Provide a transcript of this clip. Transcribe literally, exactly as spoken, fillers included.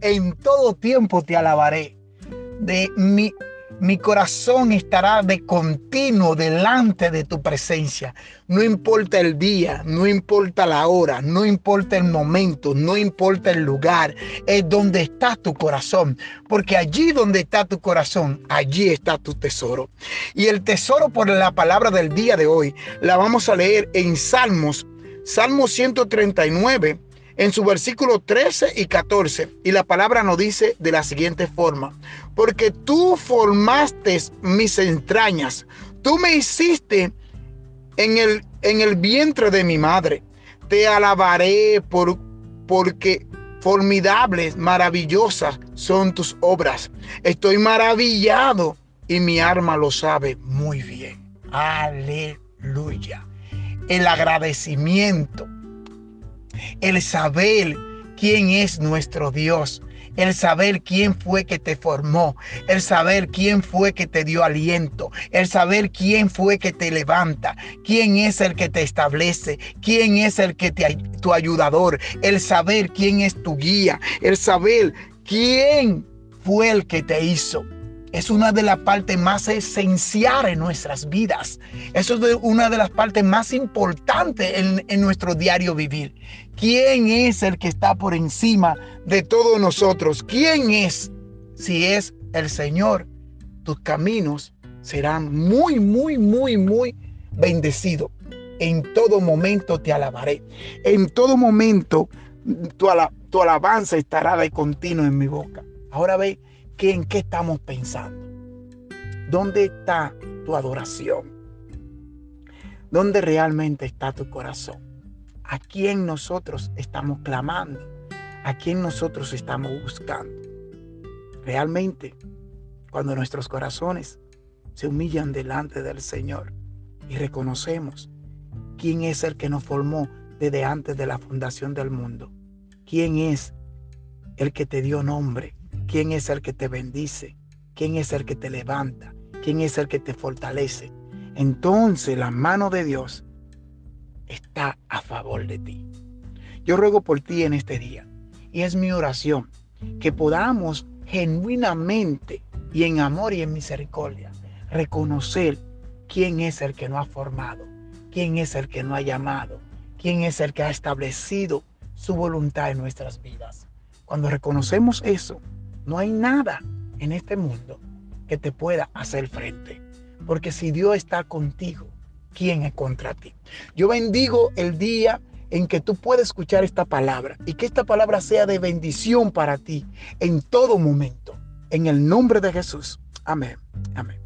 En todo tiempo te alabaré. De mi, mi corazón estará de continuo delante de tu presencia. No importa el día, no importa la hora, no importa el momento, no importa el lugar. Es donde está tu corazón. Porque allí donde está tu corazón, allí está tu tesoro. Y el tesoro por la palabra del día de hoy la vamos a leer en Salmos. Salmo ciento treinta y nueve, en su versículo trece y catorce. Y la palabra nos dice de la siguiente forma: porque tú formaste mis entrañas, tú me hiciste en el, en el vientre de mi madre. Te alabaré por, porque formidables, maravillosas son tus obras. Estoy maravillado y mi alma lo sabe muy bien. Aleluya. El agradecimiento, el saber quién es nuestro Dios, el saber quién fue que te formó, el saber quién fue que te dio aliento, el saber quién fue que te levanta, quién es el que te establece, quién es el que te tu ayudador, el saber quién es tu guía, el saber quién fue el que te hizo. Es una de las partes más esenciales en nuestras vidas. Eso es una de las partes más importantes en, en nuestro diario vivir. ¿Quién es el que está por encima de todos nosotros? ¿Quién es? Si es el Señor, tus caminos serán muy, muy, muy, muy bendecidos. En todo momento te alabaré. En todo momento tu, ala, tu alabanza estará de continuo en mi boca. Ahora ve. ¿En qué estamos pensando? ¿Dónde está tu adoración? ¿Dónde realmente está tu corazón? ¿A quién nosotros estamos clamando? ¿A quién nosotros estamos buscando? Realmente, cuando nuestros corazones se humillan delante del Señor y reconocemos quién es el que nos formó desde antes de la fundación del mundo, quién es el que te dio nombre, quién es el que te bendice, quién es el que te levanta, quién es el que te fortalece, entonces la mano de Dios está a favor de ti. Yo ruego por ti en este día, y es mi oración, que podamos genuinamente y en amor y en misericordia reconocer quién es el que nos ha formado, quién es el que nos ha llamado, quién es el que ha establecido su voluntad en nuestras vidas. Cuando reconocemos eso, no hay nada en este mundo que te pueda hacer frente. Porque si Dios está contigo, ¿quién es contra ti? Yo bendigo el día en que tú puedes escuchar esta palabra y que esta palabra sea de bendición para ti en todo momento. En el nombre de Jesús. Amén. Amén.